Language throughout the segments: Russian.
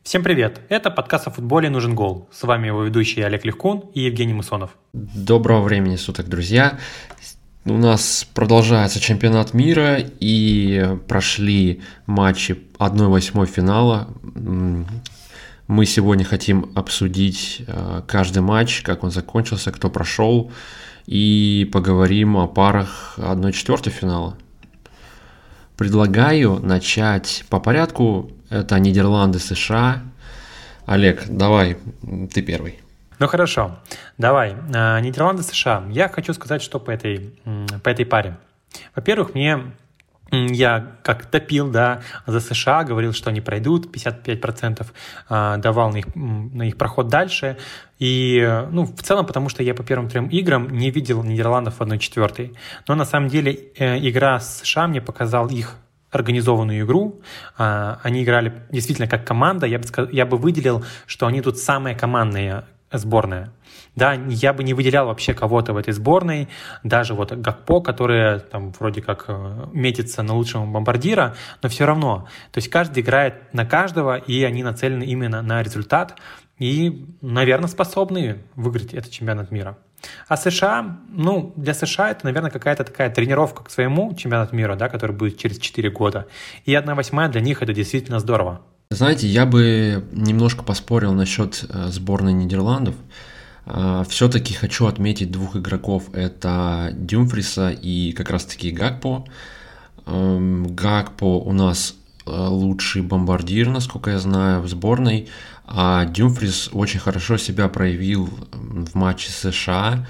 Всем привет! Это подкаст о футболе «Нужен гол». С вами его ведущие Олег Легкун и Евгений Мусонов. Доброго времени суток, друзья! У нас продолжается чемпионат мира и прошли матчи 1/8 финала. Мы сегодня хотим обсудить каждый матч, как он закончился, кто прошел, и поговорим о парах 1/4 финала. Предлагаю начать по порядку. Это Нидерланды-США. Олег, давай, ты первый. Ну хорошо, давай. Нидерланды-США. Я хочу сказать, что по этой паре. Во-первых, я как топил, за США, говорил, что они пройдут, 55% давал на их проход дальше. И, в целом, потому что я по первым 3 играм не видел Нидерландов в 1/4. Но на самом деле игра с США мне показала их организованную игру. Они играли действительно как команда. Я бы выделил, что они тут самая командная сборная. Да, я бы не выделял вообще кого-то в этой сборной, даже вот Гакпо, который там вроде как метится на лучшего бомбардира, но все равно. То есть каждый играет на каждого, и они нацелены именно на результат и, наверное, способны выиграть этот чемпионат мира. А США, для США это, наверное, какая-то такая тренировка к своему чемпионату мира, который будет через 4 года. И 1/8 для них это действительно здорово. Знаете, я бы немножко поспорил насчет сборной Нидерландов. Все-таки хочу отметить 2 игроков. Это Дюмфриса и как раз-таки Гакпо. Гакпо у нас лучший бомбардир, насколько я знаю, в сборной. А Дюмфрис очень хорошо себя проявил в матче с США.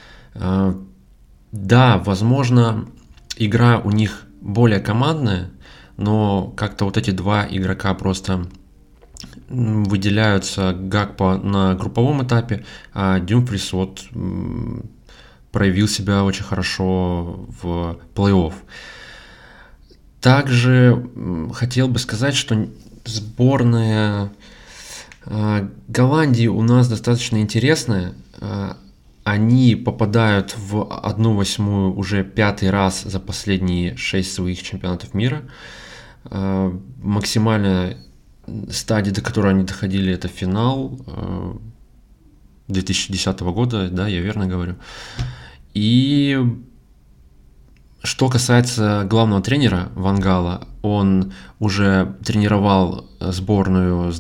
Да, возможно, игра у них более командная, но как-то вот эти 2 игрока просто выделяются. Гакпо на групповом этапе, а Дюмфрис проявил себя очень хорошо в плей-офф. Также хотел бы сказать, что сборная Голландии у нас достаточно интересная. Они попадают в 1/8 уже 5-й раз за последние 6 своих чемпионатов мира. Максимальная стадия, до которой они доходили, это финал 2010 года, да, я верно говорю. И что касается главного тренера Ван Гала, он уже тренировал сборную с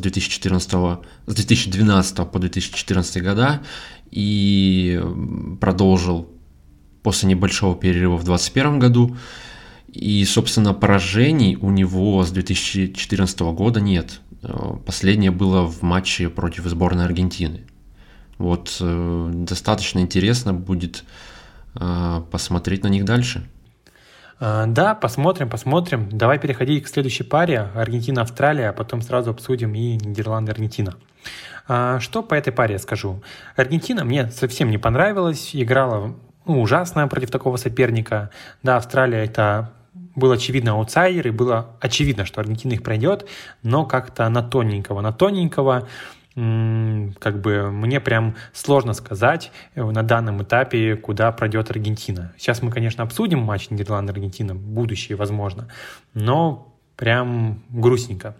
2012 по 2014 года и продолжил после небольшого перерыва в 2021 году. И, собственно, поражений у него с 2014 года нет. Последнее было в матче против сборной Аргентины. Достаточно интересно будет посмотреть на них дальше. Да, посмотрим. Давай переходить к следующей паре. Аргентина-Австралия, а потом сразу обсудим и Нидерланды-Аргентина. Что по этой паре я скажу? Аргентина мне совсем не понравилась. Играла ужасно против такого соперника. Да, Австралия это был очевидно аутсайдер, и было очевидно, что Аргентина их пройдет, но как-то на тоненького. Мне прям сложно сказать на данном этапе, куда пройдет Аргентина. Сейчас мы, конечно, обсудим матч Нидерланды-Аргентина, будущее, возможно, но прям грустненько.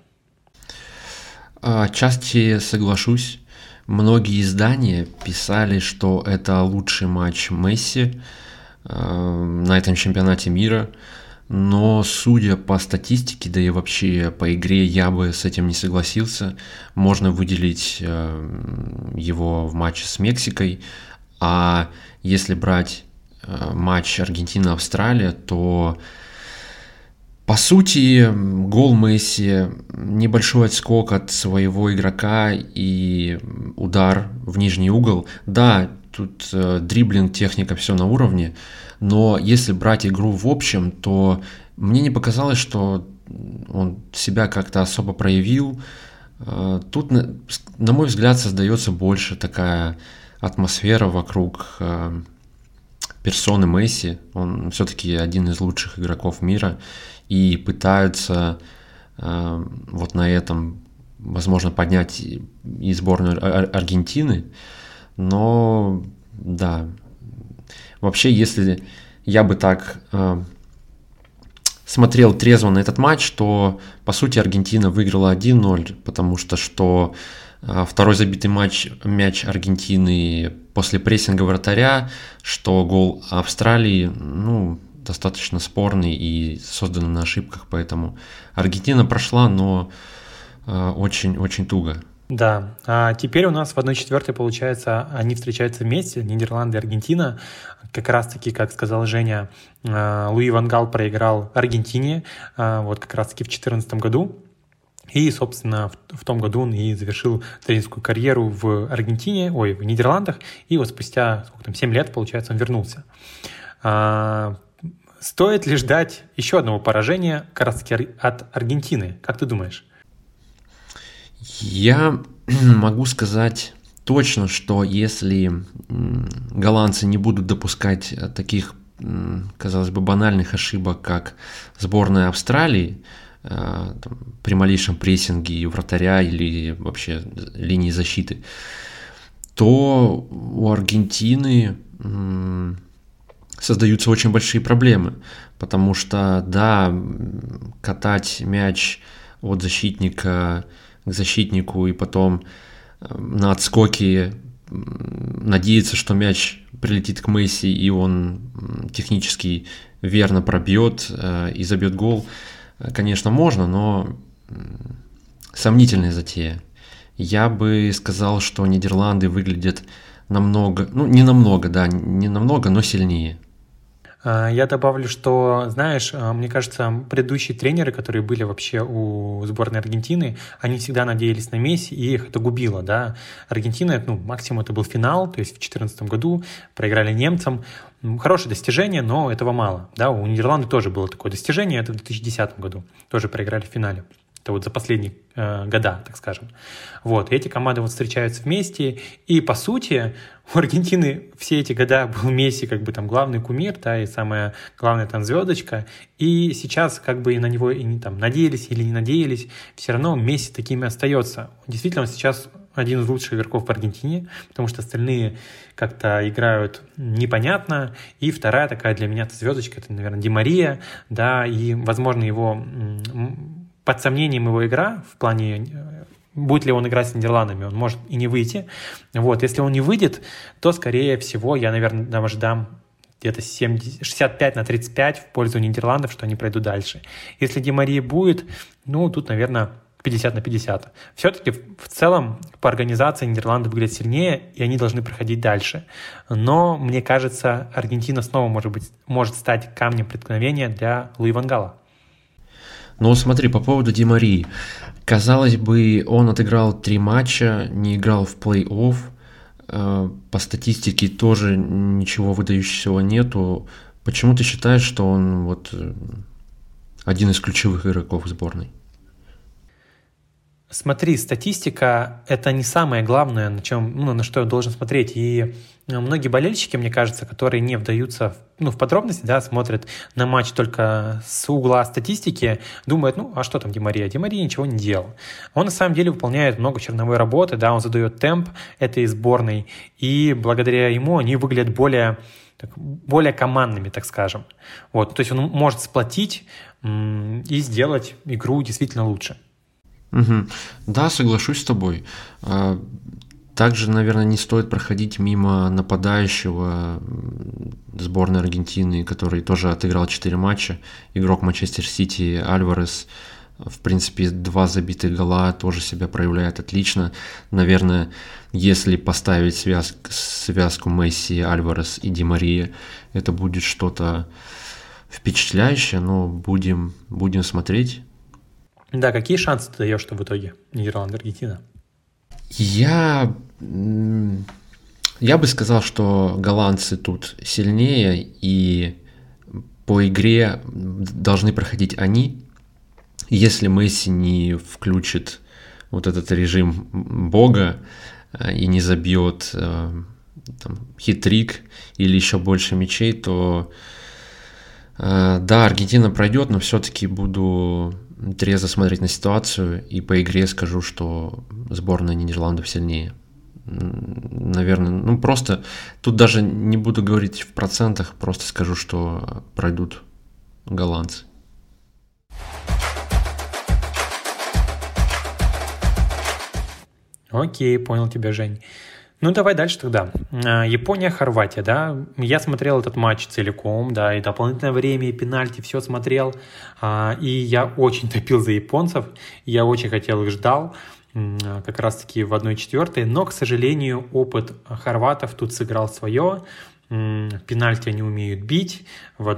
Отчасти соглашусь. Многие издания писали, что это лучший матч Месси на этом чемпионате мира. Но судя по статистике, да и вообще по игре, я бы с этим не согласился. Можно выделить его в матче с Мексикой. А если брать матч Аргентина-Австралия, то по сути гол Месси, небольшой отскок от своего игрока и удар в нижний угол. Да, тут дриблинг, техника, все на уровне. Но если брать игру в общем, то мне не показалось, что он себя как-то особо проявил. Тут, на мой взгляд, создается больше такая атмосфера вокруг персоны Месси. Он все-таки один из лучших игроков мира. И пытаются на этом, возможно, поднять и сборную Аргентины. Но, да... Вообще, если я бы так смотрел трезво на этот матч, то, по сути, Аргентина выиграла 1-0, потому что второй забитый мяч Аргентины после прессинга вратаря, что гол Австралии, достаточно спорный и создан на ошибках, поэтому Аргентина прошла, но очень-очень туго. Да, а теперь у нас в 1/4 получается, они встречаются вместе, Нидерланды и Аргентина. Как раз-таки, как сказал Женя, Луи ван Гал проиграл Аргентине, вот как раз-таки в 2014 году. И, собственно, в том году он и завершил тренерскую карьеру в Нидерландах, и вот спустя 7 лет, получается, он вернулся. Стоит ли ждать еще одного поражения как раз-таки от Аргентины? Как ты думаешь? Я могу сказать точно, что если голландцы не будут допускать таких, казалось бы, банальных ошибок, как сборная Австралии, при малейшем прессинге вратаря или вообще линии защиты, то у Аргентины создаются очень большие проблемы, потому что, да, катать мяч от защитника к защитнику и потом на отскоке надеяться, что мяч прилетит к Месси и он технически верно пробьет и забьет гол, конечно, можно, но сомнительная затея. Я бы сказал, что Нидерланды выглядят намного, не намного, но сильнее. Я добавлю, что, знаешь, мне кажется, предыдущие тренеры, которые были вообще у сборной Аргентины, они всегда надеялись на Месси, и их это губило, да. Аргентина, максимум это был финал, то есть в 2014 году проиграли немцам. Хорошее достижение, но этого мало, да. У Нидерландов тоже было такое достижение, это в 2010 году, тоже проиграли в финале. Это вот за последние года, так скажем. Вот, и эти команды вот встречаются вместе, и по сути у Аргентины все эти года был Месси как бы там главный кумир, да, и самая главная там звездочка, и сейчас как бы и на него и не там надеялись или не надеялись, все равно Месси такими остается. Действительно, он сейчас один из лучших игроков в Аргентине, потому что остальные как-то играют непонятно, и вторая такая для меня звездочка, это, наверное, Ди Мария, да, и, возможно, его под сомнением его игра в плане, будет ли он играть с Нидерландами, он может и не выйти. Вот, если он не выйдет, то, скорее всего, я, наверное, даже дам где-то 65/35 в пользу Нидерландов, что они пройдут дальше. Если Ди Мария будет, тут, наверное, 50/50. Все-таки в целом по организации Нидерланды выглядят сильнее, и они должны проходить дальше. Но, мне кажется, Аргентина снова, может стать камнем преткновения для Луи ван Гала. Но смотри, по поводу Ди Марии. Казалось бы, он отыграл 3 матча, не играл в плей-офф. По статистике тоже ничего выдающегося нету. Почему ты считаешь, что он один из ключевых игроков сборной? Смотри, статистика – это не самое главное, на что я должен смотреть. И многие болельщики, мне кажется, которые не вдаются в подробности, да, смотрят на матч только с угла статистики, думают, а что там Ди Мария? Ди Мария ничего не делал. Он на самом деле выполняет много черновой работы, да, он задает темп этой сборной, и благодаря ему они выглядят более командными, так скажем. Вот, то есть он может сплотить и сделать игру действительно лучше. Угу. Да, соглашусь с тобой. Также, наверное, не стоит проходить мимо нападающего сборной Аргентины, который тоже отыграл 4 матча. Игрок Манчестер Сити Альварес, в принципе, 2 забитых гола, тоже себя проявляет отлично. Наверное, если поставить связку Месси, Альварес и Ди Мария, это будет что-то впечатляющее, но будем смотреть. Да, какие шансы ты даешь, что в итоге Нидерланды, Аргентина? Я бы сказал, что голландцы тут сильнее, и по игре должны проходить они. Если Месси не включит вот этот режим бога и не забьет хит-трик или еще больше мячей, то да, Аргентина пройдет, но все-таки буду трезво смотреть на ситуацию, и по игре скажу, что сборная Нидерландов сильнее. Наверное, просто тут даже не буду говорить в процентах, просто скажу, что пройдут голландцы. Окей, понял тебя, Жень. Ну, давай дальше тогда. Япония-Хорватия, да. Я смотрел этот матч целиком, да, и дополнительное время, и пенальти, все смотрел. И я очень топил за японцев. Я очень хотел их ждал, как раз-таки в 1/4. Но, к сожалению, опыт хорватов тут сыграл свое. Пенальти они умеют бить. В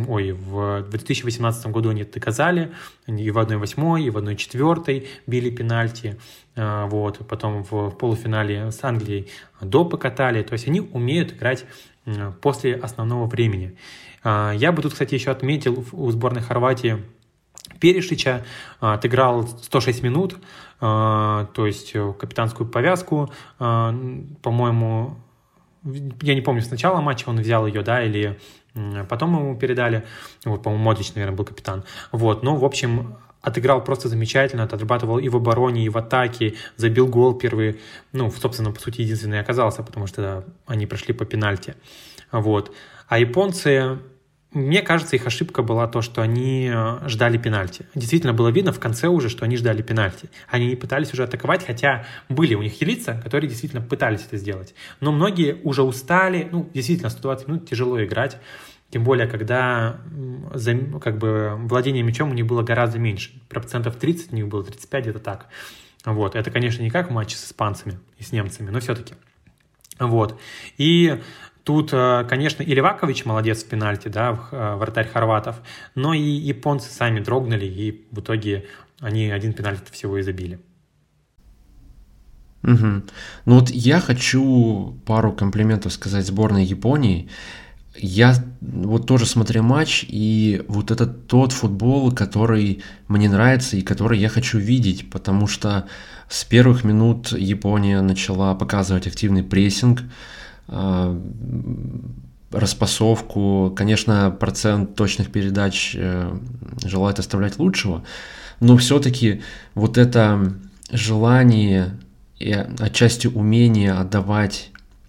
2018 году они это доказали. И в 1/8, и в 1/4 били пенальти. Вот. Потом в полуфинале с Англией допы катали. То есть они умеют играть после основного времени. Я бы тут, кстати, еще отметил у сборной Хорватии Перишича. Отыграл 106 минут. То есть капитанскую повязку, по-моему... Я не помню, с начала матча он взял ее, да, или потом ему передали. Вот, по-моему, Модрич, наверное, был капитан. Вот, но, в общем, отыграл просто замечательно, отрабатывал и в обороне, и в атаке, забил гол первый. Ну, собственно, по сути, единственный оказался, потому что они прошли по пенальти. Вот. А японцы... Мне кажется, их ошибка была то, что они ждали пенальти. Действительно было видно в конце уже, что они ждали пенальти. Они не пытались уже атаковать, хотя были у них лица, которые действительно пытались это сделать. Но многие уже устали. Ну, действительно, 120 минут тяжело играть. Тем более, когда как бы владение мячом у них было гораздо меньше. Процентов 30 у них было, 35 где-то так. Вот. Это, конечно, не как в матче с испанцами и с немцами, но все-таки. Вот. И тут, конечно, и Левакович молодец в пенальти, да, вратарь хорватов, но и японцы сами дрогнули, и в итоге они один пенальти всего и забили. Ну вот я хочу пару комплиментов сказать сборной Японии. Я вот тоже смотрел матч, и вот это тот футбол, который мне нравится и который я хочу видеть, потому что с первых минут Япония начала показывать активный прессинг, распасовку. Конечно, процент точных передач желает оставлять лучшего, но все-таки вот это желание и отчасти умение отдавать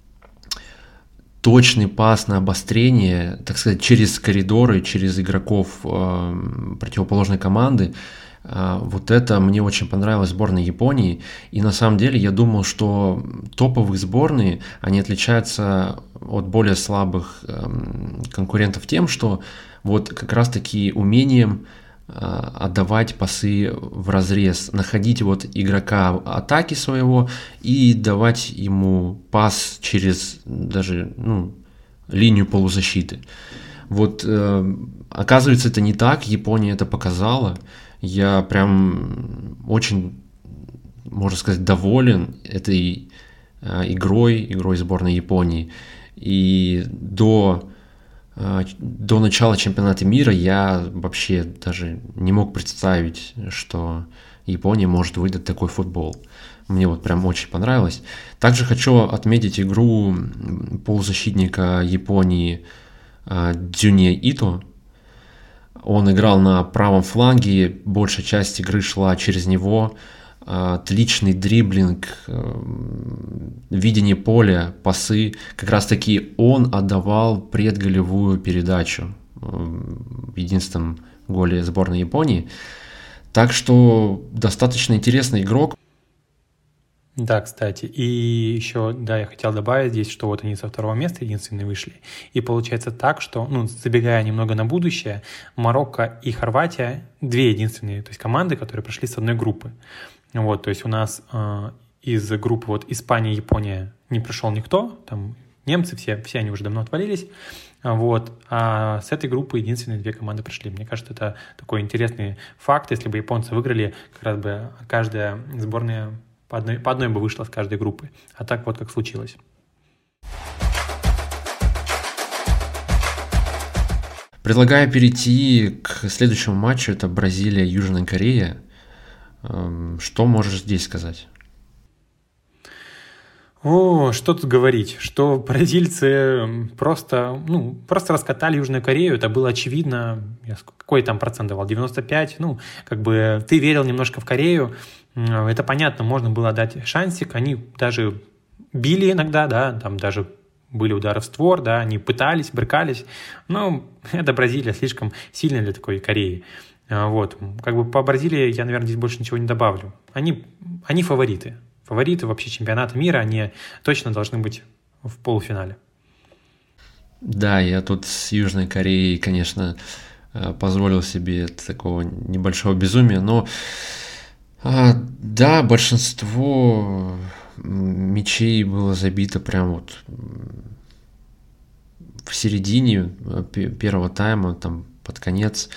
точный пас на обострение, так сказать, через коридоры, через игроков противоположной команды, вот это мне очень понравилось в сборной Японии. И на самом деле я думал, что топовые сборные, они отличаются от более слабых конкурентов тем, что вот как раз-таки умением отдавать пасы в разрез, находить вот игрока атаки своего и давать ему пас через даже линию полузащиты. Вот оказывается, это не так, Япония это показала. Я прям очень, можно сказать, доволен этой игрой сборной Японии. И до начала чемпионата мира я вообще даже не мог представить, что Япония может выдать такой футбол. Мне вот прям очень понравилось. Также хочу отметить игру полузащитника Японии Дзюния Ито. Он играл на правом фланге, большая часть игры шла через него. Отличный дриблинг, видение поля, пасы. Как раз таки он отдавал предголевую передачу в единственном голе сборной Японии. Так что достаточно интересный игрок. Да, кстати, и еще, да, я хотел добавить здесь, что вот они со второго места единственные вышли, и получается так, что, забегая немного на будущее, Марокко и Хорватия две единственные, то есть команды, которые прошли с одной группы. Вот, то есть у нас из группы вот Испания, Япония не прошел никто, там немцы все они уже давно отвалились, вот, а с этой группы единственные две команды прошли. Мне кажется, это такой интересный факт, если бы японцы выиграли, как раз бы каждая сборная по одной бы вышла с каждой группы. А так вот как случилось. Предлагаю перейти к следующему матчу. Это Бразилия-Южная Корея. Что можешь здесь сказать? Что тут говорить, что бразильцы просто раскатали Южную Корею, это было очевидно. Какой там процент давал? 95? Ты верил немножко в Корею, это понятно, можно было дать шансик, они даже били иногда, да, там даже были удары в створ, да, они пытались, брыкались, но это Бразилия слишком сильная для такой Кореи. Вот. Как бы по Бразилии я, наверное, здесь больше ничего не добавлю. Они фавориты. Фавориты вообще чемпионата мира, они точно должны быть в полуфинале. Да, я тут с Южной Кореей, конечно, позволил себе такого небольшого безумия, но да, большинство мячей было забито прям вот в середине первого тайма, там под конец.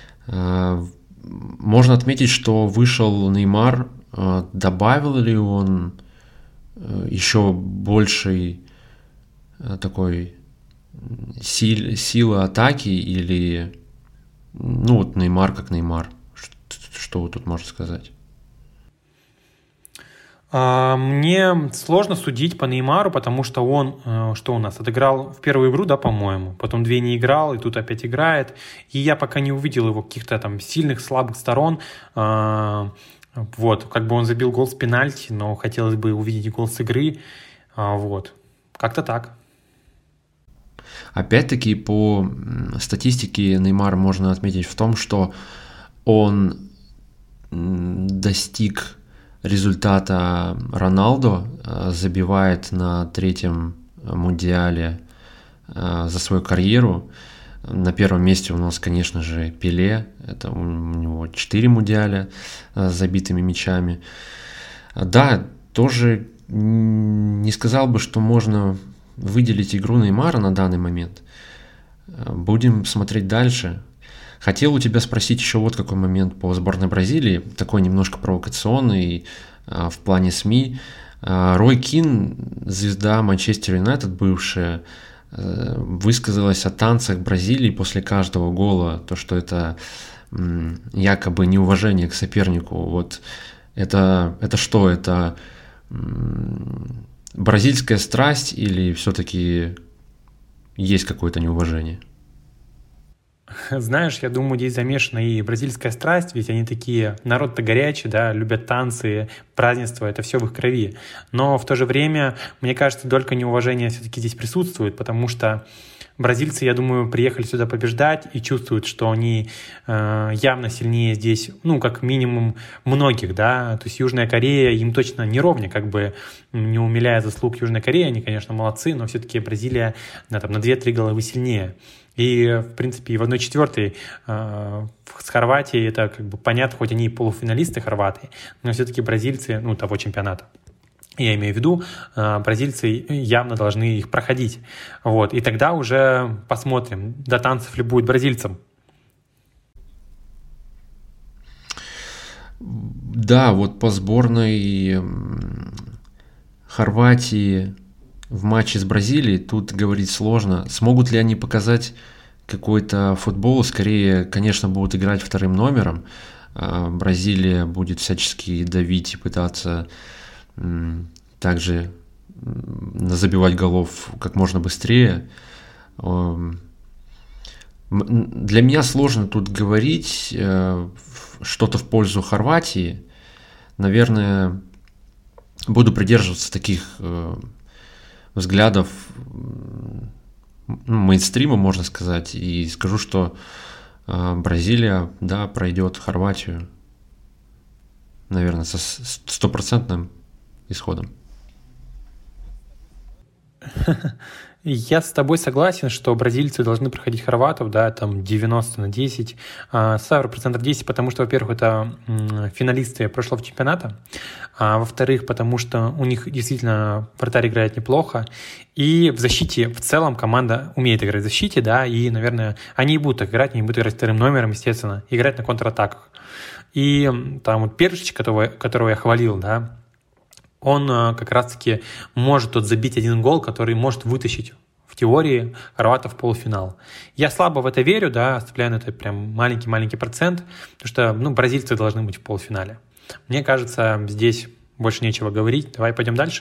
Можно отметить, что вышел Неймар. Добавил ли он еще большей такой силы атаки или вот Неймар как Неймар? Что вы тут можете сказать? Мне сложно судить по Неймару, потому что он, что у нас, отыграл в первую игру, да, по-моему, потом 2 не играл, и тут опять играет, и я пока не увидел его каких-то там сильных, слабых сторон. Вот, как бы он забил гол с пенальти, но хотелось бы увидеть гол с игры, вот, как-то так. Опять-таки, по статистике Неймара можно отметить в том, что он достиг результата Роналдо, забивает на 3-м мундиале за свою карьеру. На первом месте у нас, конечно же, Пеле. Это у него 4 мундиаля с забитыми мячами. Да, тоже не сказал бы, что можно выделить игру Неймара на данный момент. Будем смотреть дальше. Хотел у тебя спросить еще вот какой момент по сборной Бразилии, такой немножко провокационный в плане СМИ. Рой Кин, звезда Манчестер Юнайтед бывшая, высказалась о танцах Бразилии после каждого гола, то, что это якобы неуважение к сопернику. Вот это что? Это бразильская страсть или все-таки есть какое-то неуважение? Знаешь, я думаю, здесь замешана и бразильская страсть, ведь они такие, народ-то горячий, да, любят танцы, празднества, это все в их крови. Но в то же время, мне кажется, долька неуважения все-таки здесь присутствует, потому что бразильцы, я думаю, приехали сюда побеждать и чувствуют, что они явно сильнее здесь, ну, как минимум, многих, да, то есть Южная Корея им точно не ровня, как бы не умиляя заслуг Южной Кореи, они, конечно, молодцы, но все-таки Бразилия на 2-3 головы сильнее. И, в принципе, и в 1/4 с Хорватией это как бы понятно, хоть они и полуфиналисты Хорватии, но все-таки бразильцы, ну, того чемпионата. Я имею в виду, бразильцы явно должны их проходить. Вот. И тогда уже посмотрим, до танцев ли будет бразильцам. Да, вот по сборной Хорватии в матче с Бразилией тут говорить сложно. Смогут ли они показать какой-то футбол? Скорее, конечно, будут играть вторым номером. Бразилия будет всячески давить и пытаться также забивать голов как можно быстрее. Для меня сложно тут говорить что-то в пользу Хорватии. Наверное, буду придерживаться таких взглядов мейнстрима, можно сказать, и скажу, что Бразилия, да, пройдет Хорватию, наверное, со 100% исходом. Я с тобой согласен, что бразильцы должны проходить хорватов, да, там 90/10, 100% потому что, во-первых, это финалисты прошлого чемпионата, а во-вторых, потому что у них действительно вратарь играет неплохо, и в защите в целом команда умеет играть в защите, да, и, наверное, они и будут так играть, они будут играть вторым номером, естественно, играть на контратаках. И там вот Першич, которого я хвалил, да, он как раз-таки может тут забить 1 гол, который может вытащить в теории хорватов в полуфинал. Я слабо в это верю, да, оставляю на это прям маленький-маленький процент, потому что, бразильцы должны быть в полуфинале. Мне кажется, здесь больше нечего говорить. Давай пойдем дальше.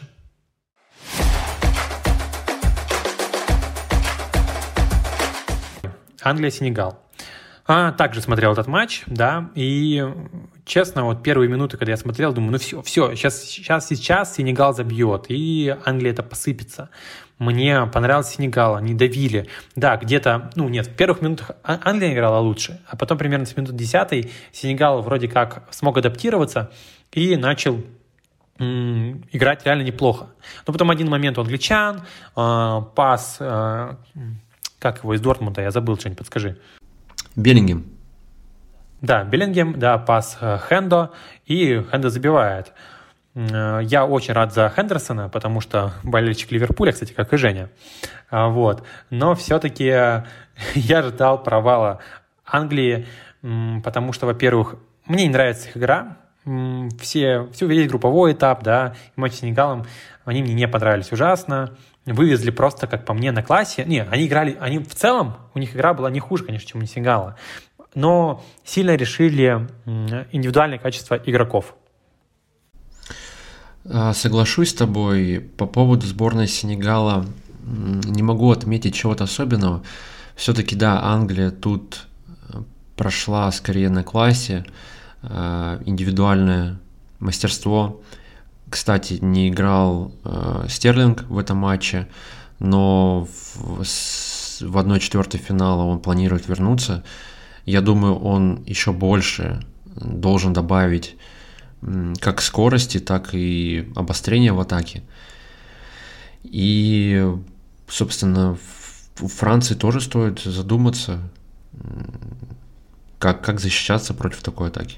Англия-Сенегал. Также смотрел этот матч, да, и честно, вот первые минуты, когда я смотрел, думаю, ну все, сейчас Сенегал забьет, и Англия это посыпется. Мне понравился Сенегал, они давили. Да, где-то, в первых минутах Англия играла лучше, а потом примерно с минут 10 Сенегал вроде как смог адаптироваться и начал играть реально неплохо. Но потом один момент у англичан, пас, как его из Дортмунда, я забыл, что-нибудь подскажи. Беллингем. Да, Беллингем, да, пас Хендо, и Хендо забивает. Я очень рад за Хендерсона, потому что болельщик Ливерпуля, кстати, как и Женя. Вот. Но все-таки я ждал провала Англии, потому что, во-первых, мне не нравится их игра. Весь групповой этап, да, и матч с Сенегалом, они мне не понравились ужасно. Вывезли просто, как по мне, на классе. Они в целом, у них игра была не хуже, конечно, чем у Сенегала. Но сильно решили индивидуальное качество игроков. Соглашусь с тобой. По поводу сборной Сенегала не могу отметить чего-то особенного. Все-таки, да, Англия тут прошла скорее на классе. Индивидуальное мастерство. Кстати, не играл Стерлинг в этом матче, но в 1/4 финала он планирует вернуться. Я думаю, он еще больше должен добавить как скорости, так и обострения в атаке. И, собственно, в Франции тоже стоит задуматься, как защищаться против такой атаки.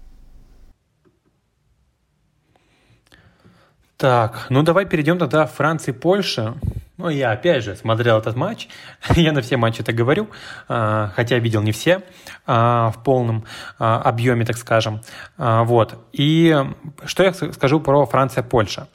Так, давай перейдем тогда в Франция-Польша. Я опять же смотрел этот матч, я на все матчи это говорю, хотя видел не все в полном объеме, так скажем. Вот. И что я скажу про Франция-Польша.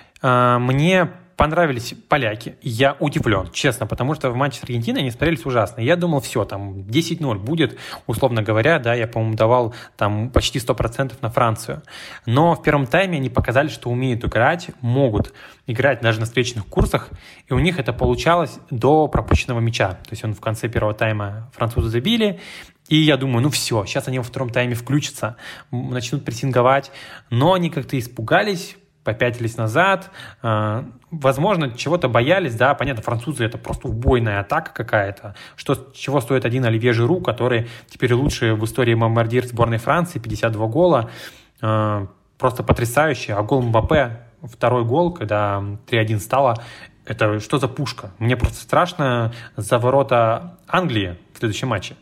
Мне понравились поляки, я удивлен, честно, потому что в матче с Аргентиной они смотрелись ужасно. Я думал, все, там 10-0 будет, условно говоря, да, я, по-моему, давал там почти 100% на Францию. Но в первом тайме они показали, что умеют играть, могут играть даже на встречных курсах, и у них это получалось до пропущенного мяча. То есть он в конце первого тайма французы забили, и я думаю, все, сейчас они во втором тайме включатся, начнут прессинговать, но они как-то испугались, попятились назад, возможно, чего-то боялись, да, понятно, французы это просто убойная атака какая-то, чего стоит один Оливье Жиру, который теперь лучший в истории бомбардир сборной Франции, 52 гола, просто потрясающий, а гол Мбаппе, второй гол, когда 3-1 стало, это что за пушка? Мне просто страшно за ворота Англии в следующем матче.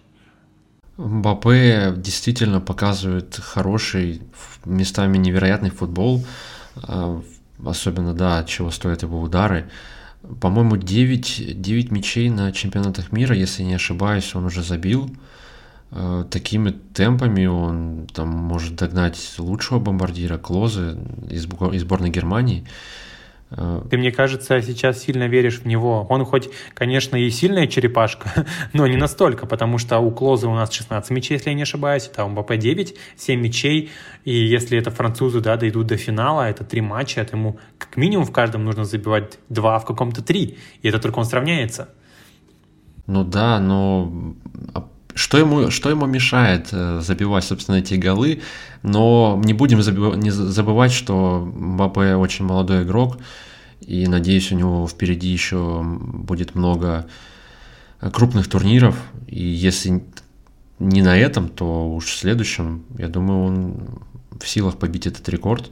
Мбаппе действительно показывает хороший, местами невероятный футбол. Особенно, да, чего стоят его удары. По-моему, 9 мячей на чемпионатах мира, если не ошибаюсь, он уже забил. Такими темпами он там может догнать лучшего бомбардира Клозе из сборной Германии. Ты, мне кажется, сейчас сильно веришь в него. Он хоть, конечно, и сильная черепашка, но не настолько, потому что у Клоза у нас 16 мячей, если я не ошибаюсь, а у Мбаппе 9, 7 мячей, и если это французы, да, дойдут до финала, это 3 матча, это ему как минимум в каждом нужно забивать 2, а в каком-то 3, и это только он сравняется. Да, но что ему мешает забивать, собственно, эти голы? Но не будем забывать, что Мбаппе очень молодой игрок, и, надеюсь, у него впереди еще будет много крупных турниров, и если не на этом, то уж в следующем, я думаю, он в силах побить этот рекорд.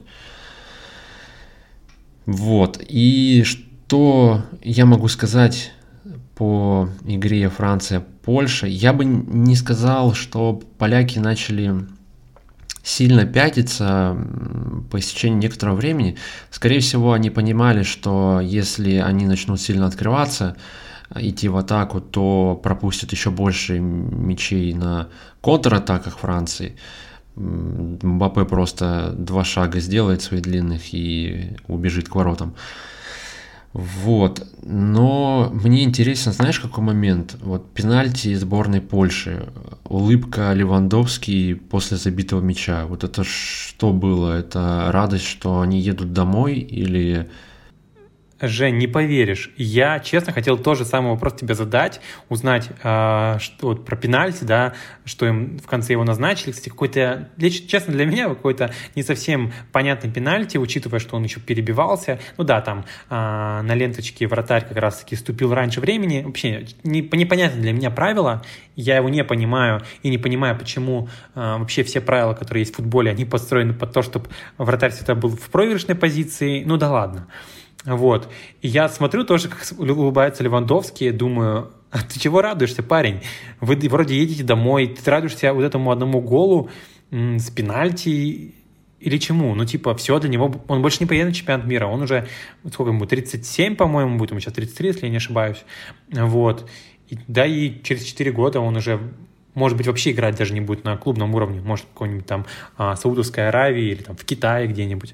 Вот, и что я могу сказать по игре Франция-Польша? Я бы не сказал, что поляки начали сильно пятиться по истечении некоторого времени. Скорее всего, они понимали, что если они начнут сильно открываться, идти в атаку, то пропустят еще больше мячей на контратаках Франции. Мбаппе просто 2 шага сделает своих длинных и убежит к воротам. Вот, но мне интересно, знаешь, какой момент? Вот пенальти сборной Польши, улыбка Левандовски после забитого мяча. Вот это что было? Это радость, что они едут домой или... Жень, не поверишь, я, честно, хотел тот же самый вопрос тебе задать, узнать что, вот, про пенальти, да, что им в конце его назначили. Кстати, какой-то, честно, для меня какой-то не совсем понятный пенальти, учитывая, что он еще перебивался. Ну да, там на ленточке вратарь как раз-таки ступил раньше времени. Вообще непонятно для меня правило, я его не понимаю и не понимаю, почему вообще все правила, которые есть в футболе, они построены под то, чтобы вратарь всегда был в проигрышной позиции. Ну да ладно. Вот. И я смотрю тоже, как улыбается Левандовский, думаю, а ты чего радуешься, парень? Вы вроде едете домой, ты радуешься вот этому одному голу с пенальти или чему? Ну, типа, все для него, он больше не поедет на чемпионат мира, он уже, сколько ему, 37, по-моему, будет, ему сейчас 33, если я не ошибаюсь. Вот. Да, и через 4 года он уже, может быть, вообще играть даже не будет на клубном уровне, может, в какой-нибудь там Саудовской Аравии или там в Китае где-нибудь.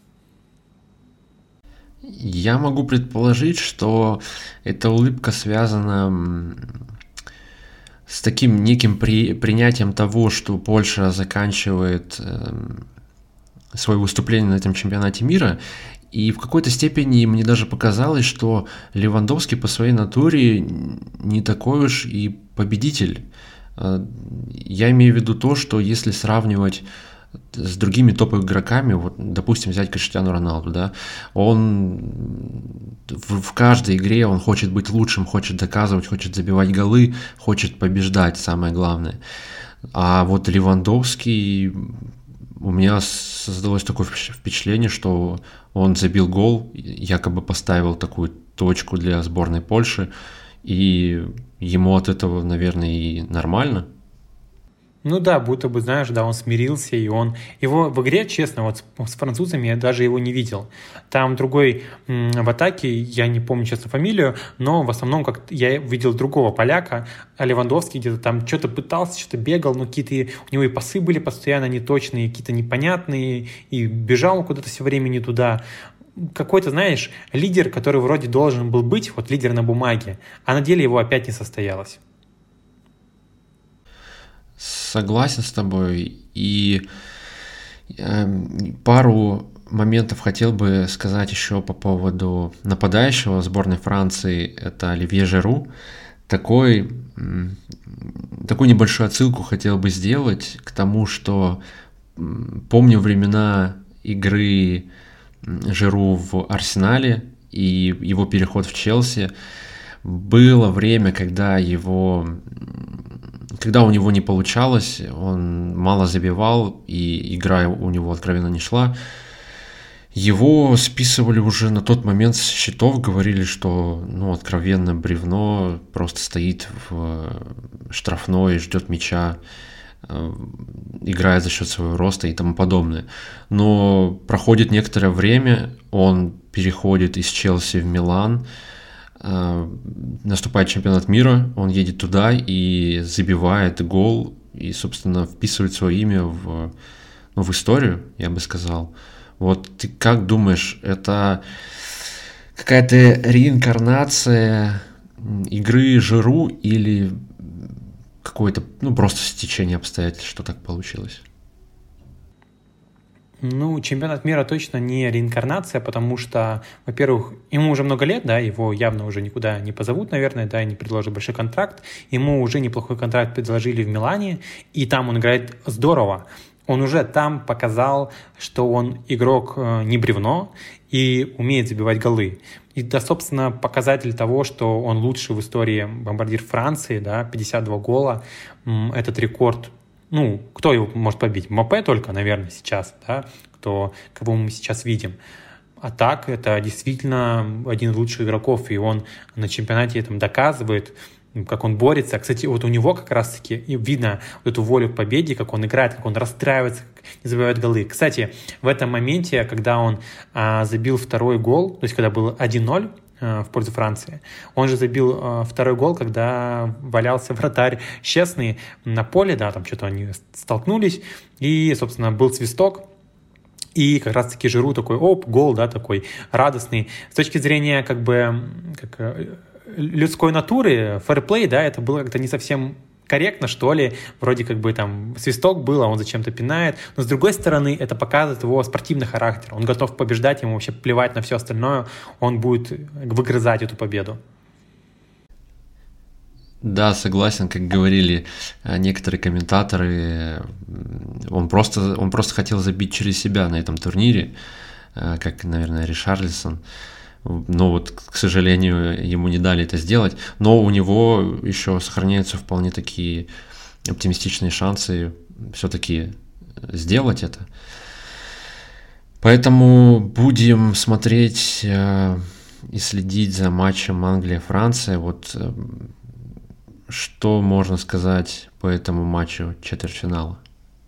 Я могу предположить, что эта улыбка связана с таким неким принятием того, что Польша заканчивает свое выступление на этом чемпионате мира. И в какой-то степени мне даже показалось, что Левандовский по своей натуре не такой уж и победитель. Я имею в виду то, что если сравнивать с другими топ-игроками, вот, допустим, взять Криштиану Роналду, да, он в каждой игре он хочет быть лучшим, хочет доказывать, хочет забивать голы, хочет побеждать, самое главное. А вот Левандовский, у меня создалось такое впечатление, что он забил гол, якобы поставил такую точку для сборной Польши, и ему от этого, наверное, и нормально. Ну да, будто бы, знаешь, да, он смирился, и он... Его в игре, честно, вот с французами я даже его не видел. Там другой в атаке, я не помню, честно, фамилию, но в основном как я видел другого поляка, а Левандовский где-то там что-то пытался, что-то бегал, но какие-то у него и пасы были постоянно неточные, какие-то непонятные, и бежал он куда-то все время не туда. Какой-то, знаешь, лидер, который вроде должен был быть, вот лидер на бумаге, а на деле его опять не состоялось. Согласен с тобой. И пару моментов хотел бы сказать еще по поводу нападающего сборной Франции. Это Оливье Жиру. Такую небольшую отсылку хотел бы сделать к тому, что помню времена игры Жиру в Арсенале и его переход в Челси. Было время, когда у него не получалось, он мало забивал, и игра у него откровенно не шла. Его списывали уже на тот момент с счетов, говорили, что откровенно бревно, просто стоит в штрафной, ждет мяча, играет за счет своего роста и тому подобное. Но проходит некоторое время, он переходит из Челси в Милан, наступает чемпионат мира, он едет туда и забивает гол, и, собственно, вписывает свое имя в историю, я бы сказал. Вот ты как думаешь, это какая-то реинкарнация игры Жиру или какое-то, просто стечение обстоятельств, что так получилось? Чемпионат мира точно не реинкарнация, потому что, во-первых, ему уже много лет, да, его явно уже никуда не позовут, наверное, да, и не предложат большой контракт. Ему уже неплохой контракт предложили в Милане, и там он играет здорово. Он уже там показал, что он игрок не бревно и умеет забивать голы. И, да, собственно, показатель того, что он лучший в истории бомбардир Франции, да, 52 гола, этот рекорд. Кто его может побить? Мбаппе только, наверное, сейчас, да, кого мы сейчас видим. А так, это действительно один из лучших игроков, и он на чемпионате этом доказывает, как он борется. Кстати, вот у него как раз-таки видно вот эту волю к победе, как он играет, как он расстраивается, как не забивает голы. Кстати, в этом моменте, когда он забил второй гол, то есть когда было 1-0, в пользу Франции. Он же забил второй гол, когда валялся вратарь Щесный на поле, да, там что-то они столкнулись, и, собственно, был свисток, и как раз-таки Жиру такой, гол, да, такой радостный. С точки зрения, как людской натуры, фэрплей, да, это было как-то не совсем корректно, что ли, вроде как бы там свисток был, а он зачем-то пинает, но с другой стороны это показывает его спортивный характер, он готов побеждать, ему вообще плевать на все остальное, он будет выгрызать эту победу. Да, согласен, как говорили некоторые комментаторы, он просто хотел забить через себя на этом турнире, как, наверное, Ришарлисон. Но вот, к сожалению, ему не дали это сделать. Но у него еще сохраняются вполне такие оптимистичные шансы все-таки сделать это. Поэтому будем смотреть и следить за матчем Англия-Франция. Вот что можно сказать по этому матчу четвертьфинала?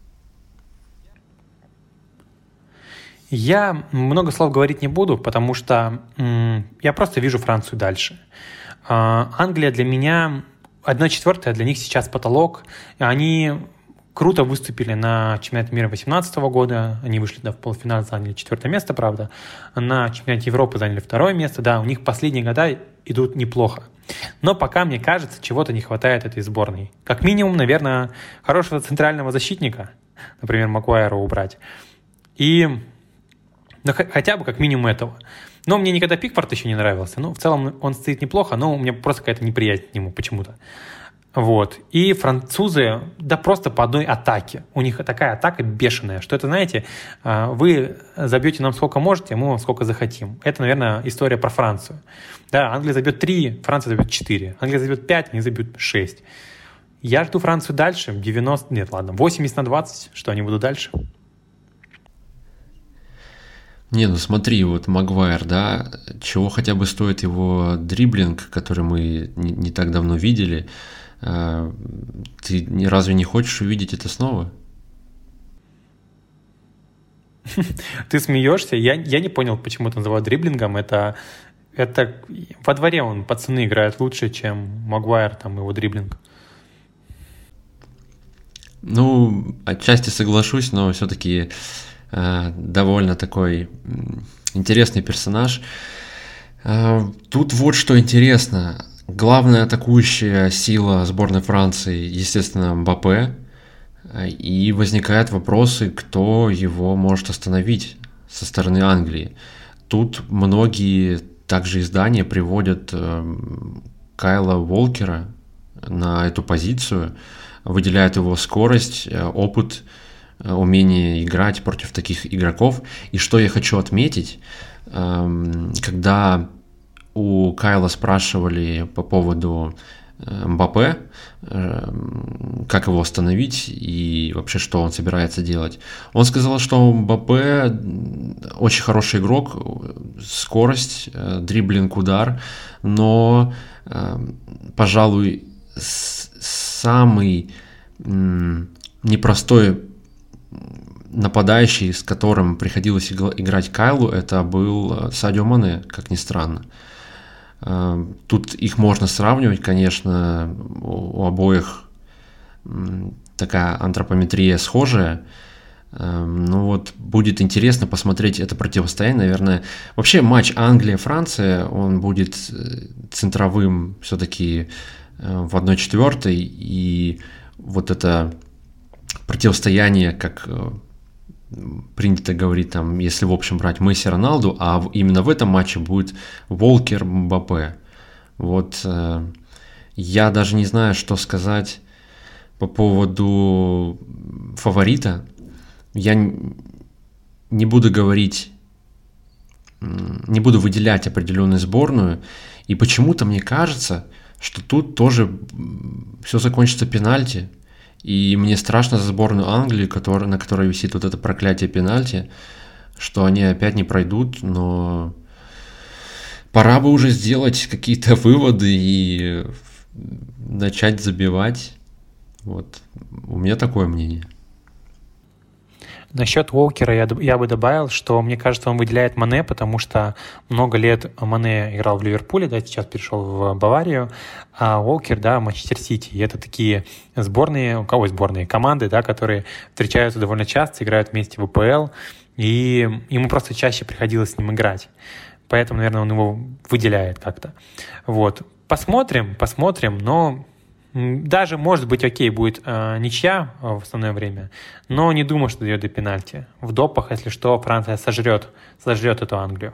Я много слов говорить не буду, потому что я просто вижу Францию дальше. Англия для меня 1/4, для них сейчас потолок. Они круто выступили на чемпионате мира 2018 года. Они вышли в полуфинал, заняли 4 место, правда. На чемпионате Европы заняли 2 место. Да, у них последние года идут неплохо. Но пока, мне кажется, чего-то не хватает этой сборной. Как минимум, наверное, хорошего центрального защитника, например, Магуайра убрать. И хотя бы как минимум этого. Но мне никогда Пикфорд еще не нравился. Ну, в целом он стоит неплохо, но у меня просто какая-то неприязнь к нему почему-то. Вот. И французы, да просто по одной атаке. У них такая атака бешеная, что это, знаете, вы забьете нам сколько можете, а мы вам сколько захотим. Это, наверное, история про Францию. Да, Англия забьет 3, Франция забьет 4. Англия забьет 5, они забьют 6. Я жду Францию дальше. 80/20, что они будут дальше. Не, ну смотри, вот Магуайр, да, чего хотя бы стоит его дриблинг, который мы не так давно видели. Ты разве не хочешь увидеть это снова? Ты смеешься? Я не понял, почему это называют дриблингом. Это во дворе пацаны играют лучше, чем Магуайр, там его дриблинг. Ну, отчасти соглашусь, но все-таки довольно такой интересный персонаж. Тут вот что интересно. Главная атакующая сила сборной Франции, естественно, Мбаппе. И возникают вопросы, кто его может остановить со стороны Англии. Тут многие также издания приводят Кайла Уолкера на эту позицию, выделяют его скорость, опыт, умение играть против таких игроков. И что я хочу отметить, когда у Кайла спрашивали по поводу Мбаппе, как его остановить и вообще что он собирается делать, он сказал, что Мбаппе очень хороший игрок, скорость, дриблинг, удар, но, пожалуй, самый непростой нападающий, с которым приходилось играть Кайлу, это был Садио Мане, как ни странно. Тут их можно сравнивать, конечно, у обоих такая антропометрия схожая. Ну вот, будет интересно посмотреть это противостояние, наверное. Вообще матч Англия-Франция, он будет центровым все-таки в 1/4, и вот это противостояние, как принято говорить, там, если в общем брать Месси, Роналду, а именно в этом матче будет Волкер, Мбаппе. Вот я даже не знаю, что сказать по поводу фаворита. Я не буду говорить, не буду выделять определенную сборную, и почему-то мне кажется, что тут тоже все закончится пенальти. И мне страшно за сборную Англии, на которой висит вот это проклятие пенальти, что они опять не пройдут, но пора бы уже сделать какие-то выводы и начать забивать. Вот. У меня такое мнение. Насчет Уолкера я бы добавил, что мне кажется, он выделяет Мане, потому что много лет Мане играл в Ливерпуле, да, сейчас перешел в Баварию, а Уолкер, да, Манчестер Сити. И это такие команды, да, которые встречаются довольно часто, играют вместе в АПЛ, и ему просто чаще приходилось с ним играть. Поэтому, наверное, он его выделяет как-то. Вот. Посмотрим, но Даже, может быть, окей, будет ничья в основное время, но не думаю, что дойдет до пенальти. В допах, если что, Франция сожрет эту Англию.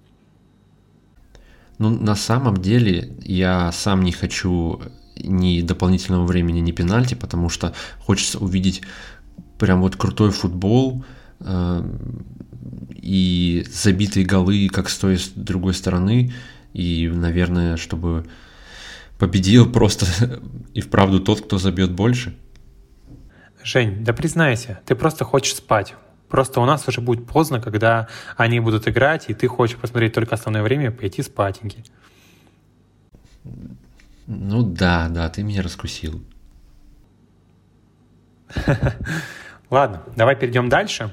Ну, на самом деле, я сам не хочу ни дополнительного времени, ни пенальти, потому что хочется увидеть прям вот крутой футбол и забитые голы как с той, с другой стороны. И, наверное, чтобы победил просто и вправду тот, кто забьет больше. Жень, да признайся, ты просто хочешь спать. Просто у нас уже будет поздно, когда они будут играть, и ты хочешь посмотреть только основное время и пойти спатеньки. Ну да, ты меня раскусил. Ладно, давай перейдем дальше.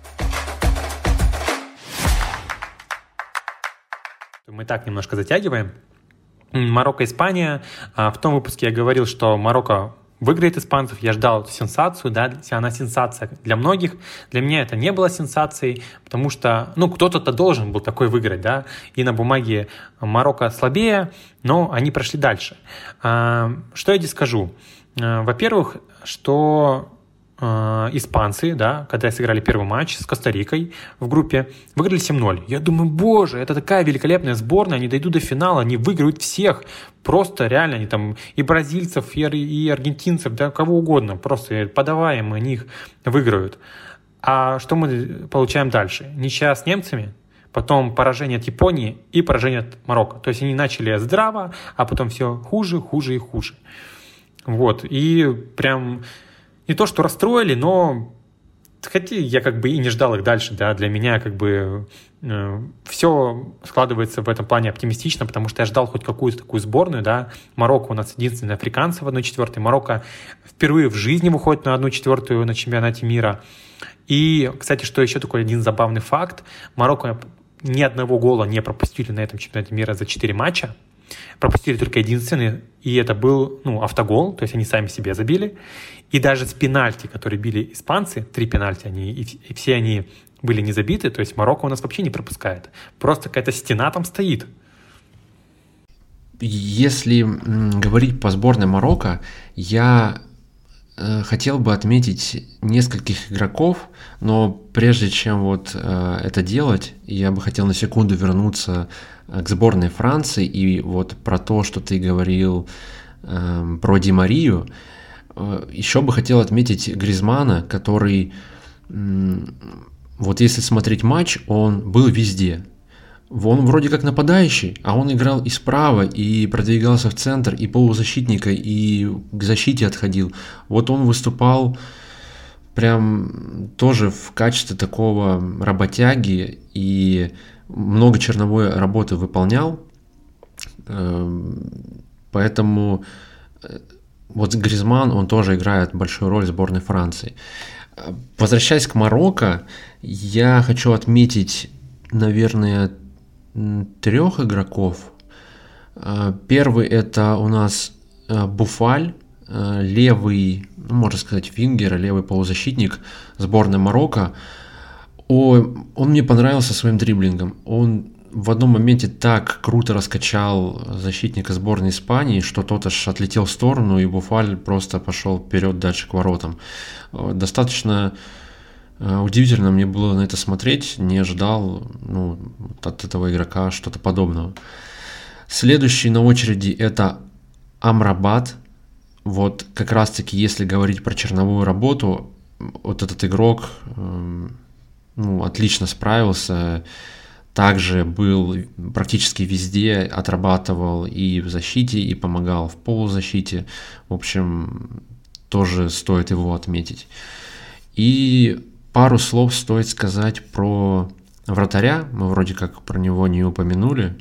Мы так немножко затягиваем. Марокко, Испания. В том выпуске я говорил, что Марокко выиграет испанцев. Я ждал эту сенсацию, да, она сенсация для многих. Для меня это не было сенсацией, потому что, кто-то должен был такой выиграть, да, и на бумаге Марокко слабее, но они прошли дальше. Что я здесь скажу? Во-первых, что испанцы, да, когда сыграли первый матч с Коста-Рикой в группе, выиграли 7-0. Я думаю, боже, это такая великолепная сборная, они дойдут до финала, они выиграют всех. Просто реально, они там и бразильцев, и аргентинцев, да, кого угодно, просто подаваем, они их выиграют. А что мы получаем дальше? Ничья с немцами, потом поражение от Японии и поражение от Марокко. То есть они начали здраво, а потом все хуже и хуже. Вот, и прям... Не то, что расстроили, но хотя я как бы и не ждал их дальше, да, для меня как бы все складывается в этом плане оптимистично, потому что я ждал хоть какую-то такую сборную, да, Марокко у нас единственный африканцы в 1/4, Марокко впервые в жизни выходит на 1/4 на чемпионате мира. И, кстати, что еще такой один забавный факт, Марокко ни одного гола не пропустили на этом чемпионате мира за 4 матча, пропустили только единственный, и это был автогол, то есть они сами себе забили. И даже с пенальти, которые били испанцы, 3 пенальти, и все они были не забиты, то есть Марокко у нас вообще не пропускает. Просто какая-то стена там стоит. Если говорить по сборной Марокко, я хотел бы отметить нескольких игроков, но прежде чем это делать, я бы хотел на секунду вернуться к сборной Франции и вот про то, что ты говорил про Ди Марию. Еще бы хотел отметить Гризманна, который, вот если смотреть матч, он был везде. Он вроде как нападающий, а он играл и справа, и продвигался в центр, и полузащитника, и к защите отходил. Вот он выступал прям тоже в качестве такого работяги и много черновой работы выполнял. Поэтому вот Гризманн, он тоже играет большую роль в сборной Франции. Возвращаясь к Марокко, я хочу отметить, наверное, 3 игроков. Первый это у нас Буфаль, левый, можно сказать, вингер, левый полузащитник сборной Марокко. Он мне понравился своим дриблингом. Он в одном моменте так круто раскачал защитника сборной Испании, что тот аж отлетел в сторону, и Буфаль просто пошел вперед дальше к воротам. Достаточно удивительно мне было на это смотреть, не ожидал от этого игрока что-то подобного. Следующий на очереди это Амрабат. Вот как раз-таки, если говорить про черновую работу, вот этот игрок отлично справился. Также был практически везде, отрабатывал и в защите, и помогал в полузащите. В общем, тоже стоит его отметить. И пару слов стоит сказать про вратаря. Мы вроде как про него не упомянули.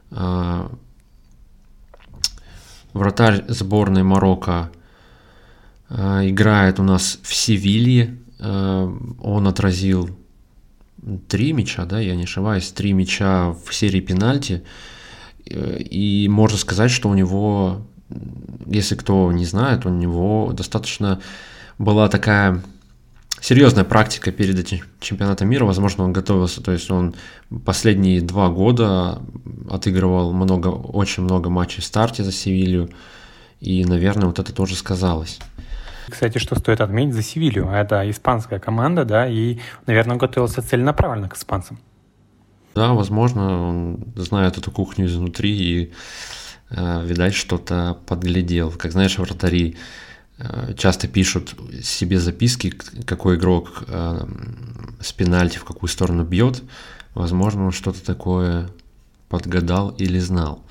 Вратарь сборной Марокко играет у нас в Севилье. Он отразил 3 мяча, да, я не ошибаюсь, 3 мяча в серии пенальти. И можно сказать, что у него, если кто не знает, у него достаточно была такая серьезная практика перед этим чемпионатом мира. Возможно, он готовился, то есть он последние 2 года отыгрывал очень много матчей в старте за Севилью. и, наверное, вот это тоже сказалось. Кстати, что стоит отметить за Севилью? Это испанская команда, да, и, наверное, он готовился целенаправленно к испанцам. Да, возможно, он знает эту кухню изнутри и, видать, что-то подглядел. Как знаешь, вратари часто пишут себе записки, какой игрок с пенальти в какую сторону бьет. Возможно, он что-то такое подгадал или знал.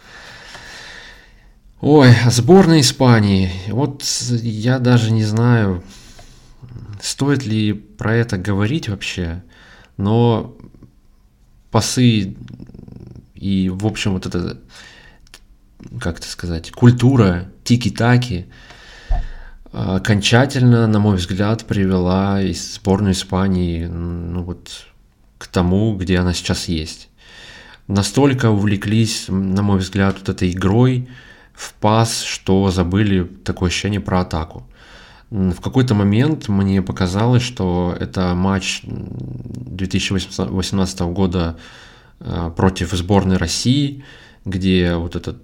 Ой, сборная Испании. Вот я даже не знаю, стоит ли про это говорить вообще, но пасы и, в общем, вот это, как это сказать, культура тики-таки окончательно, на мой взгляд, привела сборную Испании, ну вот, к тому, где она сейчас есть. Настолько увлеклись, на мой взгляд, вот этой игрой в пас, что забыли такое ощущение про атаку. В какой-то момент мне показалось, что это матч 2018 года против сборной России, где вот этот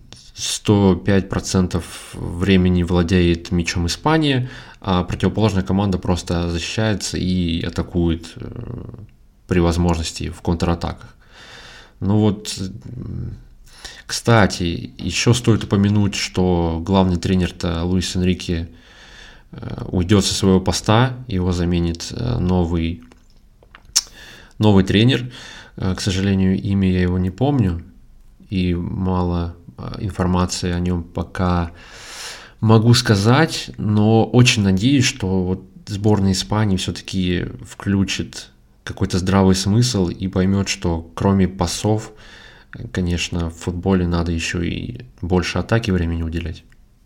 105% времени владеет мячом Испания, а противоположная команда просто защищается и атакует при возможности в контратаках. Ну вот, кстати, еще стоит упомянуть, что главный тренер-то Луис Энрике уйдет со своего поста, его заменит новый тренер. К сожалению, имя я его не помню, и мало информации о нем пока могу сказать, но очень надеюсь, что вот сборная Испании все-таки включит какой-то здравый смысл и поймет, что кроме пасов, конечно, в футболе надо еще и больше атаки времени уделять.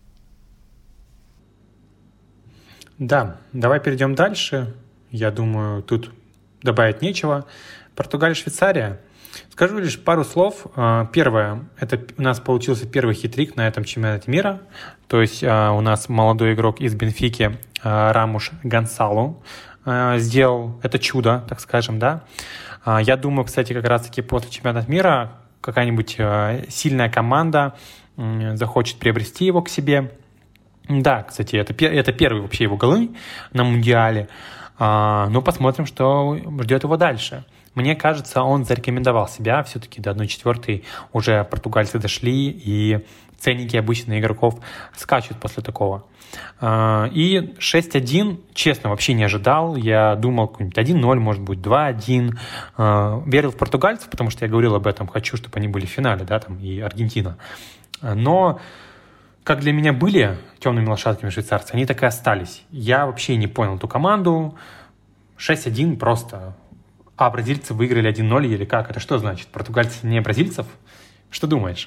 Да, давай перейдем дальше. Я думаю, тут добавить нечего. Португалия, Швейцария. Скажу лишь пару слов. Первое, это у нас получился первый хитрик на этом чемпионате мира. То есть у нас молодой игрок из Бенфики Рамуш Гонсалу сделал это чудо, так скажем, да. Я думаю, кстати, как раз-таки после чемпионата мира какая-нибудь сильная команда захочет приобрести его к себе. Да, кстати, это первые вообще его голы на Мундиале. Но посмотрим, что ждет его дальше. Мне кажется, он зарекомендовал себя. Все-таки до 1/4 уже португальцы дошли, и ценники обычно игроков скачут после такого. И 6-1, честно, вообще не ожидал. Я думал, какой-нибудь 1-0, может быть, 2-1. Верил в португальцев, потому что я говорил об этом. Хочу, чтобы они были в финале, да, там и Аргентина. Но как для меня были темными лошадками швейцарцы, они так и остались. Я вообще не понял эту команду. 6-1 просто. А бразильцы выиграли 1-0 или как? Это что значит? Португальцы не бразильцев? Что думаешь?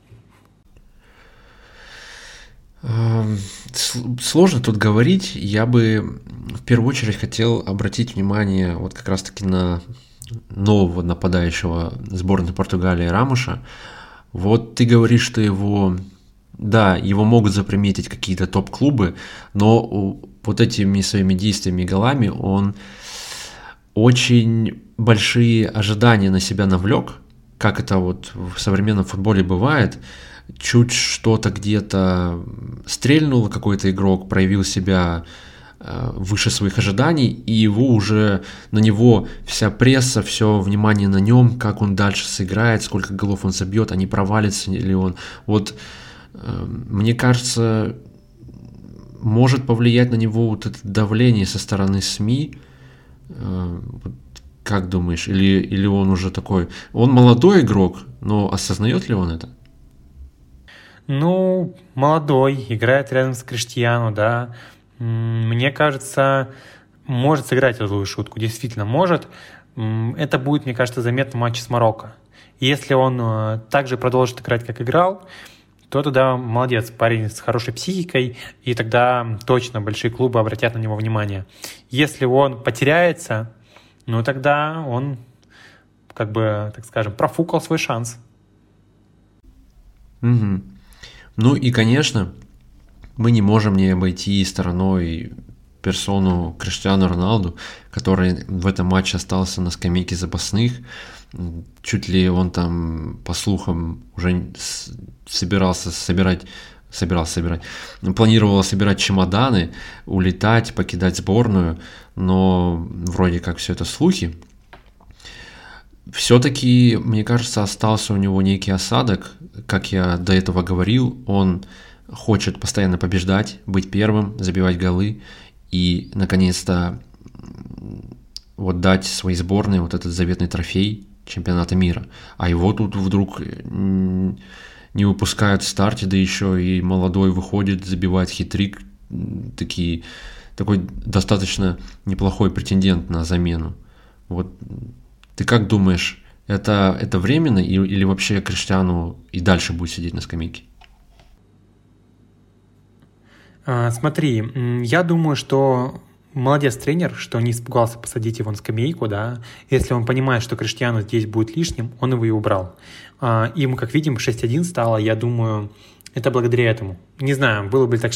Сложно тут говорить. Я бы в первую очередь хотел обратить внимание вот как раз-таки на нового нападающего сборной Португалии Рамуша. Вот ты говоришь, что его могут заприметить какие-то топ-клубы, но вот этими своими действиями и голами он очень большие ожидания на себя навлек, как это вот в современном футболе бывает. Чуть что-то где-то стрельнул какой-то игрок, проявил себя выше своих ожиданий, и его уже на него вся пресса, все внимание на нем, как он дальше сыграет, сколько голов он забьет, а не провалится ли он. Вот мне кажется, может повлиять на него вот это давление со стороны СМИ. Как думаешь, или он уже такой... Он молодой игрок, но осознает ли он это? Ну, молодой, играет рядом с Криштиану, да. Мне кажется, может сыграть эту злую шутку, действительно может. Это будет, мне кажется, заметно в матче с Марокко. Если он также продолжит играть, как играл, то тогда молодец, парень с хорошей психикой, и тогда точно большие клубы обратят на него внимание. Если он потеряется, ну тогда он, как бы, так скажем, профукал свой шанс. Угу. Ну и, конечно, мы не можем не обойти стороной персону Криштиану Роналду, который в этом матче остался на скамейке запасных. Чуть ли он там, по слухам, уже собирался собирать планировала собирать чемоданы, улетать, покидать сборную, но вроде как все это слухи. Все-таки, мне кажется, остался у него некий осадок. Как я до этого говорил, он хочет постоянно побеждать, быть первым, забивать голы и, наконец-то, вот дать своей сборной вот этот заветный трофей чемпионата мира. А его тут вдруг не выпускают в старте, да еще и молодой выходит, забивает хит-трик. Такой достаточно неплохой претендент на замену. Вот ты как думаешь, это временно или вообще Криштиану и дальше будет сидеть на скамейке? Смотри, я думаю, что молодец тренер, что не испугался посадить его на скамейку, да. Если он понимает, что Криштиану здесь будет лишним, он его и убрал. И мы, как видим, 6-1 стало, я думаю, это благодаря этому. Не знаю, было бы так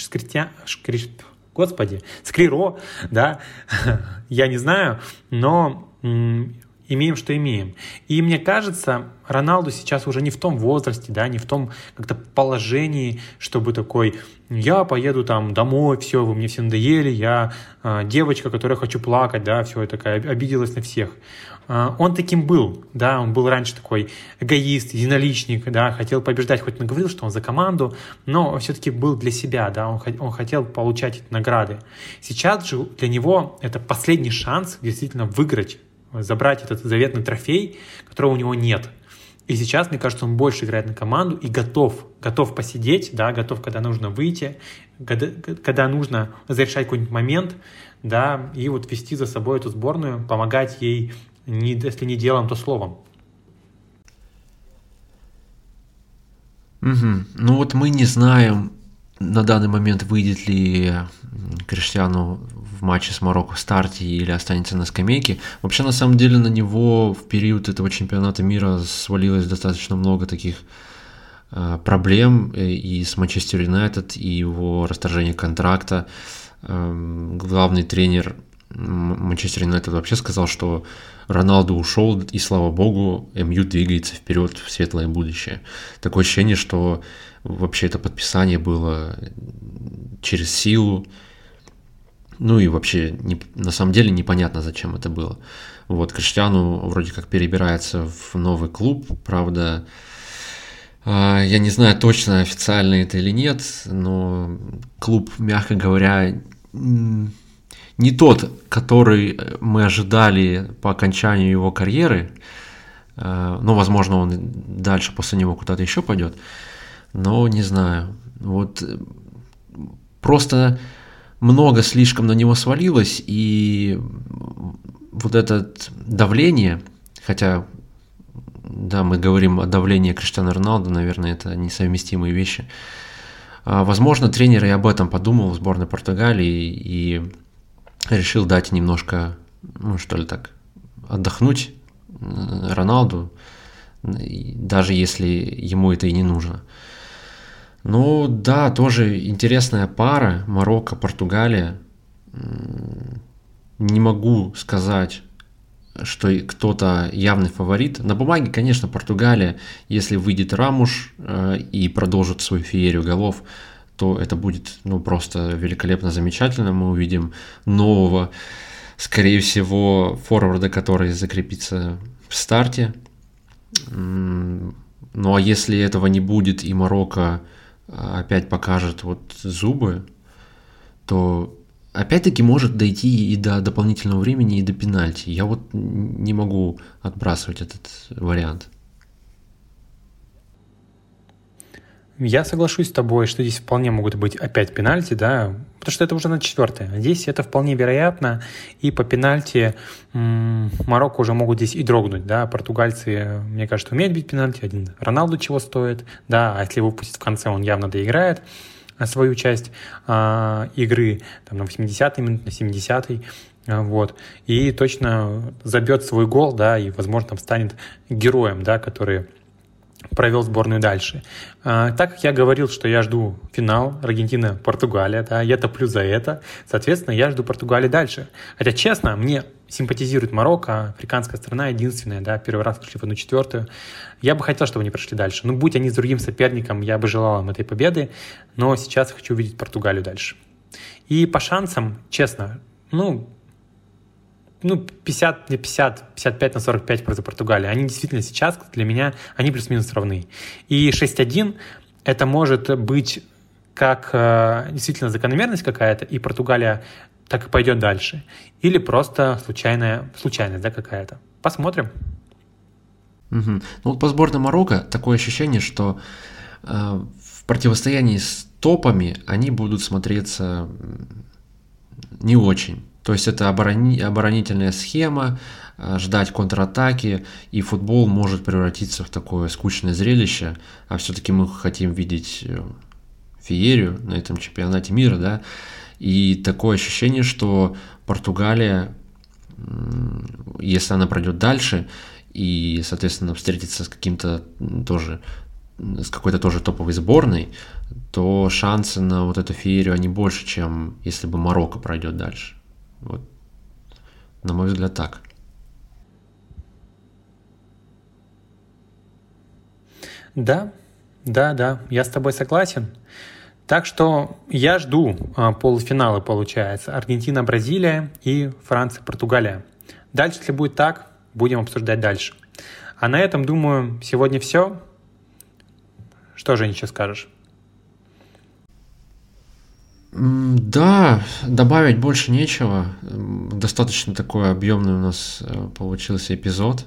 склеро, да, я не знаю, но имеем, что имеем. И мне кажется, Роналду сейчас уже не в том возрасте, да, не в том как-то положении, чтобы такой, я поеду там домой, все, вы мне все надоели, я девочка, которая хочу плакать, да, все, я такая обиделась на всех. Он таким был, да, он был раньше такой эгоист, единоличник, да, хотел побеждать, хоть он говорил, что он за команду, но все-таки был для себя, да, он хотел получать эти награды. Сейчас же для него это последний шанс действительно выиграть, забрать этот заветный трофей, которого у него нет. И сейчас, мне кажется, он больше играет на команду и готов посидеть, да, готов, когда нужно выйти, когда нужно зарешать какой-нибудь момент, да, и вот вести за собой эту сборную, помогать ей, если не делом, то словом. Ну вот мы не знаем на данный момент, выйдет ли Криштиану в матче с Марокко в старте или останется на скамейке. Вообще, на самом деле, на него в период этого чемпионата мира свалилось достаточно много таких проблем и с Манчестер Юнайтед, и его расторжение контракта. Главный тренер Манчестер Юнайтед вообще сказал, что Роналду ушел, и слава богу, МЮ двигается вперед в светлое будущее. Такое ощущение, что вообще это подписание было через силу. Ну и вообще, на самом деле, непонятно, зачем это было. Вот, Криштиану вроде как перебирается в новый клуб, правда, я не знаю точно, официально это или нет, но клуб, мягко говоря, не тот, который мы ожидали по окончанию его карьеры. Ну, возможно, он дальше после него куда-то еще пойдет, но не знаю. Вот просто много слишком на него свалилось, и вот это давление, хотя, да, мы говорим о давлении Криштиану Роналду, наверное, это несовместимые вещи. Возможно, тренер и об этом подумал в сборной Португалии и решил дать немножко, ну что ли так, отдохнуть Роналду, даже если ему это и не нужно. Ну да, тоже интересная пара, Марокко-Португалия. Не могу сказать, что кто-то явный фаворит. На бумаге, конечно, Португалия, если выйдет Рамуш и продолжит свою феерию голов, то это будет, ну, просто великолепно, замечательно. Мы увидим нового, скорее всего, форварда, который закрепится в старте. Ну, а если этого не будет и Марокко опять покажет вот зубы, то опять-таки может дойти и до дополнительного времени, и до пенальти. Я вот не могу отбрасывать этот вариант. Я соглашусь с тобой, что здесь вполне могут быть опять пенальти, да, потому что это уже на 4-е. Здесь это вполне вероятно, и по пенальти Марокко уже могут здесь и дрогнуть, да, португальцы, мне кажется, умеют бить пенальти, один Роналду чего стоит, да, а если выпустить в конце, он явно доиграет свою часть игры, там, на 80-й минут, на 70-й, вот, и точно забьет свой гол, да, и, возможно, там станет героем, да, который провел сборную дальше. Так как я говорил, что я жду финал Аргентина-Португалия, да, я топлю за это, соответственно, я жду Португалии дальше. Хотя, честно, мне симпатизирует Марокко, африканская страна единственная, да, первый раз пришли в 1/4. Я бы хотел, чтобы они прошли дальше. Ну, будь они с другим соперником, я бы желал им этой победы, но сейчас хочу увидеть Португалию дальше. И по шансам, честно, 50 на 50, 55 на 45 против Португалии. Они действительно сейчас, для меня, они плюс-минус равны. И 6-1 это может быть как действительно закономерность какая-то, и Португалия так и пойдет дальше. Или просто случайность, да, какая-то. Посмотрим. Угу. Ну вот по сборной Марокко такое ощущение, что в противостоянии с топами они будут смотреться не очень. То есть это оборонительная схема, ждать контратаки, и футбол может превратиться в такое скучное зрелище, а все-таки мы хотим видеть феерию на этом чемпионате мира, да, и такое ощущение, что Португалия, если она пройдет дальше и, соответственно, встретится с какой-то тоже топовой сборной, то шансы на вот эту феерию, они больше, чем если бы Марокко пройдет дальше. Вот, на мой взгляд, так. Да, я с тобой согласен. Так что я жду полуфинала, получается. Аргентина-Бразилия и Франция-Португалия. Дальше, если будет так, будем обсуждать дальше. А на этом, думаю, сегодня все. Что же еще скажешь? Да, добавить больше нечего. Достаточно такой объемный у нас получился эпизод.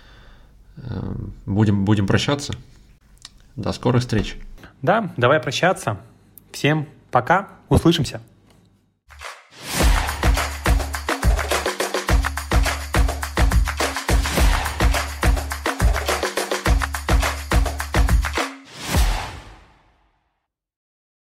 Будем прощаться. До скорых встреч. Да, давай прощаться. Всем пока, услышимся.